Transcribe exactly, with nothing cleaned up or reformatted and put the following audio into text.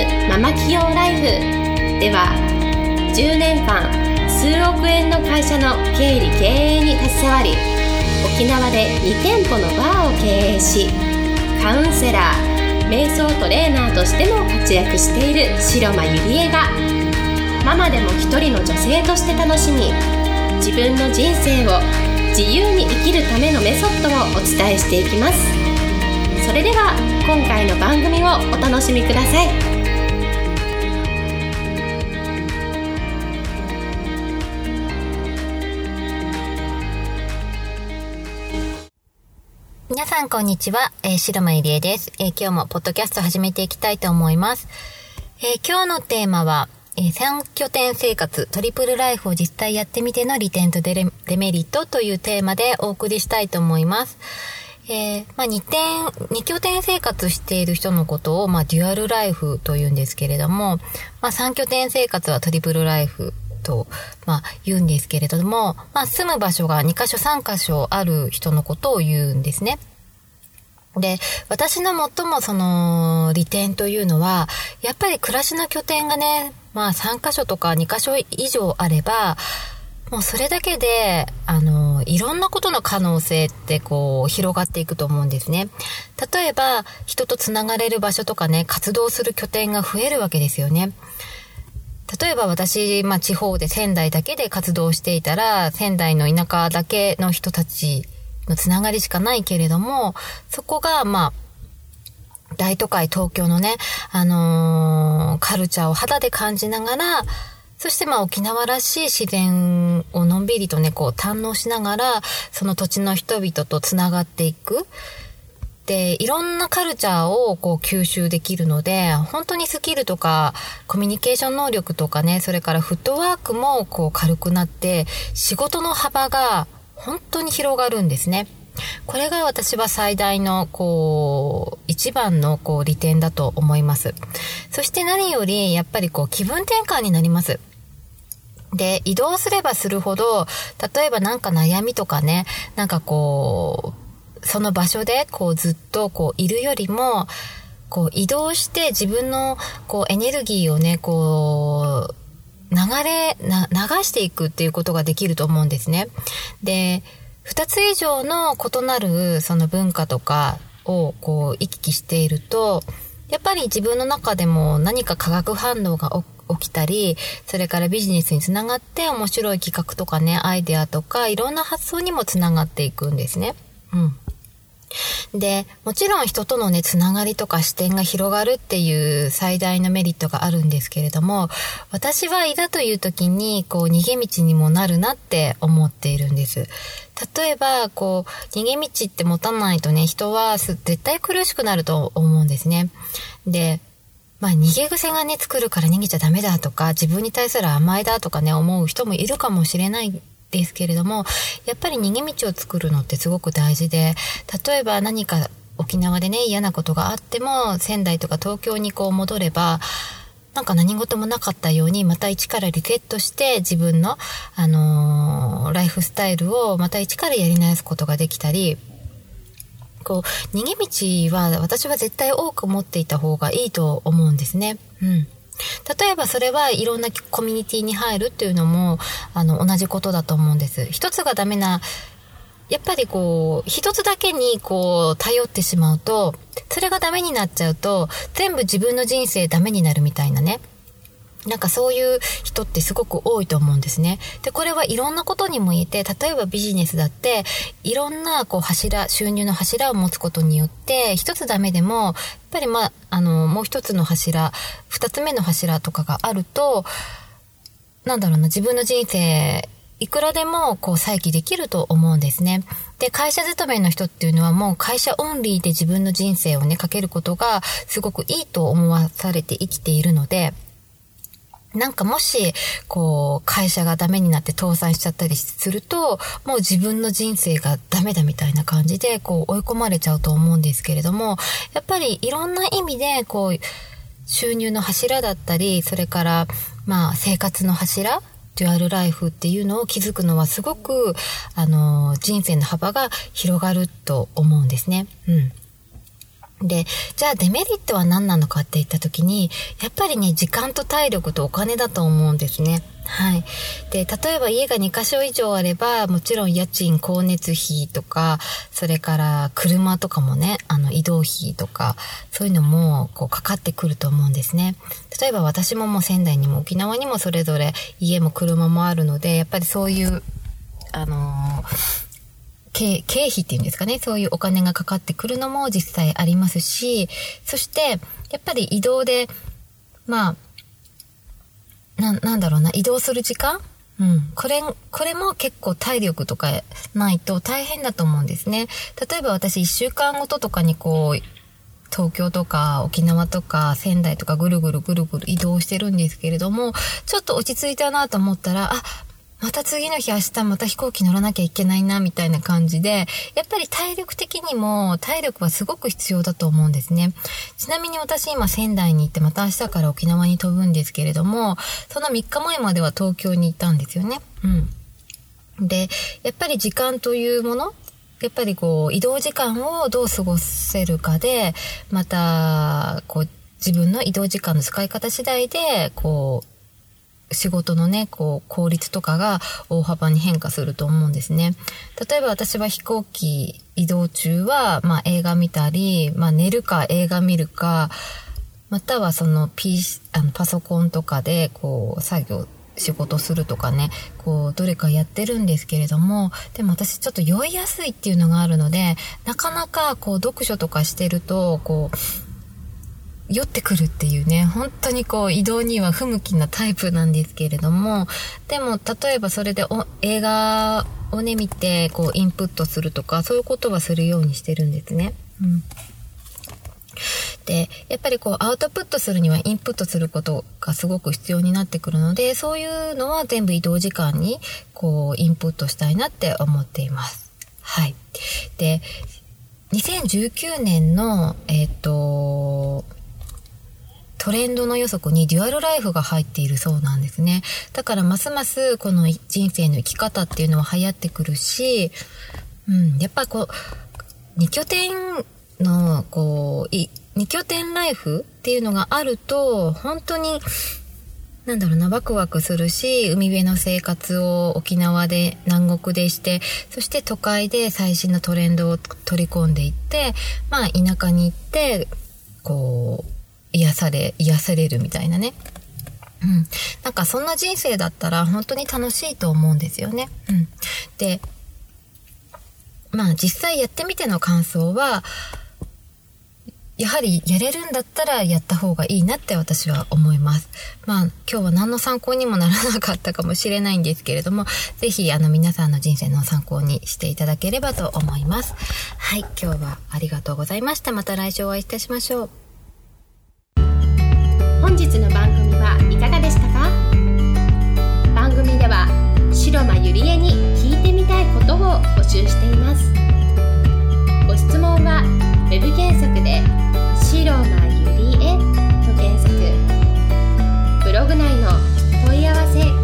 ムママ起業ライフではじゅうねんかん数億円の会社の経理経営に携わり、沖縄でにてんぽのバーを経営し、カウンセラー、瞑想トレーナーとしても活躍している白間ゆりえが、ママでも一人の女性として楽しみ、自分の人生を自由に生きるためのメソッドをお伝えしていきます。それでは今回の番組をお楽しみください。 皆さんこんにちは、えー、白間ゆりえです、えー、今日もポッドキャスト始めていきたいと思います。えー、今日のテーマは、えー、さん拠点生活トリプルライフを実際やってみての利点とデレ、デメリットというテーマでお送りしたいと思います。えー、まあにてん、に拠点生活している人のことを、まあデュアルライフと言うんですけれども、まあさん拠点生活はトリプルライフと、まあ言うんですけれども、まあ住む場所がにかしょさんかしょある人のことを言うんですね。で、私の最もその利点というのは、やっぱり暮らしの拠点がね、まあさんかしょとかにかしょ以上あれば、もうそれだけで、あの、いろんなことの可能性ってこう広がっていくと思うんですね。例えば、人とつながれる場所とかね、活動する拠点が増えるわけですよね。例えば私、まあ地方で仙台だけで活動していたら、仙台の田舎だけの人たちのつながりしかないけれども、そこがまあ、大都会東京のね、あのー、カルチャーを肌で感じながら、そしてまあ沖縄らしい自然をのんびりとね、こう堪能しながら、その土地の人々とつながっていく。で、いろんなカルチャーをこう吸収できるので、本当にスキルとかコミュニケーション能力とかね、それからフットワークもこう軽くなって、仕事の幅が本当に広がるんですね。これが私は最大のこう一番のこう利点だと思います。そして何よりやっぱりこう気分転換になります。で、移動すればするほど、例えばなんか悩みとかね、なんかこうその場所でこうずっとこういるよりも、こう移動して自分のこうエネルギーをね、こう流れな流していくっていうことができると思うんですね。で、二つ以上の異なるその文化とかをこう行き来していると、やっぱり自分の中でも何か化学反応が起きたり、それからビジネスにつながって面白い企画とかね、アイデアとかいろんな発想にもつながっていくんですね。うん。で、もちろん人とのね、つながりとか視点が広がるっていう最大のメリットがあるんですけれども、私はいざという時にこう逃げ道にもなるなって思っているんです。例えばこう逃げ道って持たないとね、人は絶対苦しくなると思うんですね。で、まあ逃げ癖がね作るから逃げちゃダメだとか、自分に対する甘えだとかね思う人もいるかもしれないですけれども、やっぱり逃げ道を作るのってすごく大事で、例えば何か沖縄でね嫌なことがあっても、仙台とか東京にこう戻れば、なんか何事もなかったようにまた一からリセットして自分の、あのー、ライフスタイルをまた一からやり直すことができたり、こう逃げ道は私は絶対多く持っていた方がいいと思うんですね。うん。例えばそれはいろんなコミュニティに入るっていうのもあの同じことだと思うんです。一つがダメな、やっぱりこう一つだけにこう頼ってしまうと、それがダメになっちゃうと全部自分の人生ダメになるみたいなね、なんかそういう人ってすごく多いと思うんですね。で、これはいろんなことにも言えて、例えばビジネスだっていろんなこう柱、収入の柱を持つことによって、一つダメでもやっぱりまああのもう一つの柱、二つ目の柱とかがあると、なんだろうな、自分の人生いくらでもこう再起できると思うんですね。で、会社勤めの人っていうのはもう会社オンリーで自分の人生をねかけることがすごくいいと思わされて生きているので、なんかもしこう会社がダメになって倒産しちゃったりすると、もう自分の人生がダメだみたいな感じでこう追い込まれちゃうと思うんですけれども、やっぱりいろんな意味でこう収入の柱だったり、それからまあ生活の柱、デュアルライフっていうのを築くのはすごくあの人生の幅が広がると思うんですね。うん。 で、じゃあデメリットは何なのかって言った時に、やっぱりね、時間と体力とお金だと思うんですね。はい。で、例えば家がにかしょ以上あれば、もちろん家賃、光熱費とか、それから車とかもね、あの移動費とか、そういうのもこうかかってくると思うんですね。例えば私ももう仙台にも沖縄にもそれぞれ家も車もあるので、やっぱりそういう、あのー、経, 経費っていうんですかね、そういうお金がかかってくるのも実際ありますし、そしてやっぱり移動でまあな, なんだろうな移動する時間、うん、これこれも結構体力とかないと大変だと思うんですね。例えば私いっしゅうかんごととかにこう東京とか沖縄とか仙台とかぐるぐるぐるぐる移動してるんですけれども、ちょっと落ち着いたなと思ったら、あ、また次の日明日また飛行機乗らなきゃいけないなみたいな感じで、やっぱり体力的にも体力はすごく必要だと思うんですね。ちなみに私今仙台に行ってまた明日から沖縄に飛ぶんですけれども、そのみっかまえまでは東京に行ったんですよね。うん。で、やっぱり時間というもの、やっぱりこう移動時間をどう過ごせるかで、またこう自分の移動時間の使い方次第でこう仕事のね、こう効率とかが大幅に変化すると思うんですね。例えば私は飛行機移動中は、まあ映画見たり、まあ寝るか映画見るか、またはその P、あのパソコンとかでこう作業、仕事するとかね、こうどれかやってるんですけれども、でも私ちょっと酔いやすいっていうのがあるので、なかなかこう読書とかしてると、こう、酔ってくるっていうね、本当にこう移動には不向きなタイプなんですけれども、でも例えばそれでお映画をね見てこうインプットするとか、そういうことはするようにしてるんですね。うん。で、やっぱりこうアウトプットするにはインプットすることがすごく必要になってくるので、そういうのは全部移動時間にこうインプットしたいなって思っています。はい。で、にせんじゅうきゅうねんのえっとトレンドの予測にデュアルライフが入っているそうなんですね。だからますますこの人生の生き方っていうのは流行ってくるし、うん、やっぱこう二拠点のこう二拠点ライフっていうのがあると本当になんだろうな、ワクワクするし、海辺の生活を沖縄で南国でして、そして都会で最新のトレンドを取り込んでいって、まあ田舎に行ってこう癒され、癒されるみたいなね。うん。なんかそんな人生だったら本当に楽しいと思うんですよね。うん。で、まあ実際やってみての感想は、やはりやれるんだったらやった方がいいなって私は思います。まあ今日は何の参考にもならなかったかもしれないんですけれども、ぜひあの皆さんの人生の参考にしていただければと思います。はい、今日はありがとうございました。また来週お会いいたしましょう。 本日の番組はいかがでしたか？番組では白間ゆりえに聞いてみたいことを募集しています。ご質問はウェブ検索で白間ゆりえと検索、ブログ内の問い合わせ